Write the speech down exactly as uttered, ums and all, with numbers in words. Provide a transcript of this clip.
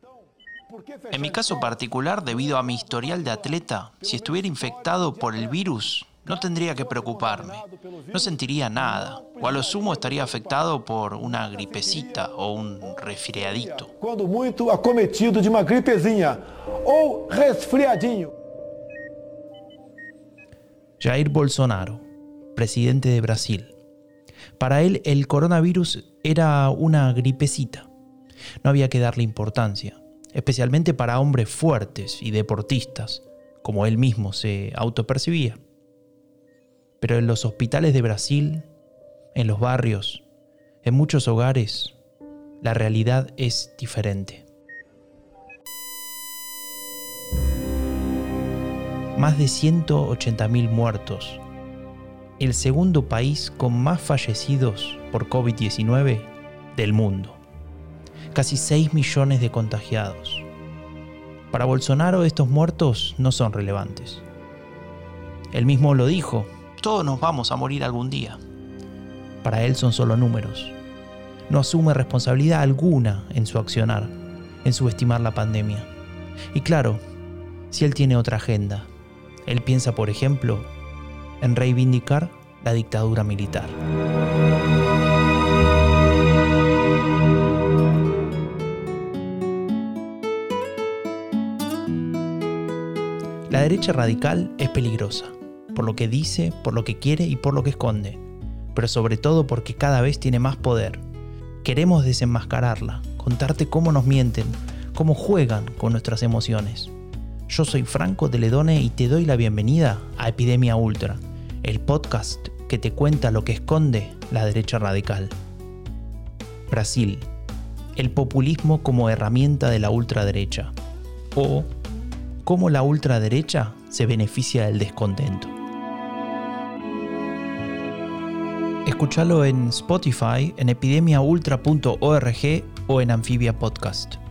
En mi caso particular, debido a mi historial de atleta, si estuviera infectado por el virus, no tendría que preocuparme. No sentiría nada, o a lo sumo estaría afectado por una gripecita o un resfriadito. Cuando muito acometido de uma gripezinha ou resfriadinho. Jair Bolsonaro, presidente de Brasil. Para él, el coronavirus era una gripecita. No había que darle importancia, especialmente para hombres fuertes y deportistas, como él mismo se autopercibía. Pero en los hospitales de Brasil, en los barrios, en muchos hogares, la realidad es diferente. Más de ciento ochenta mil muertos. El segundo país con más fallecidos por covid diecinueve del mundo. Casi seis millones de contagiados. Para Bolsonaro estos muertos no son relevantes. Él mismo lo dijo, todos nos vamos a morir algún día. Para él son solo números. No asume responsabilidad alguna en su accionar, en subestimar la pandemia. Y claro, si él tiene otra agenda, él piensa, por ejemplo, en reivindicar la dictadura militar. La derecha radical es peligrosa, por lo que dice, por lo que quiere y por lo que esconde, pero sobre todo porque cada vez tiene más poder. Queremos desenmascararla, contarte cómo nos mienten, cómo juegan con nuestras emociones. Yo soy Franco de Ledone y te doy la bienvenida a Epidemia Ultra, el podcast que te cuenta lo que esconde la derecha radical. Brasil, el populismo como herramienta de la ultraderecha, o cómo la ultraderecha se beneficia del descontento. Escúchalo en Spotify, en epidemia ultra punto org o en Amphibia Podcast.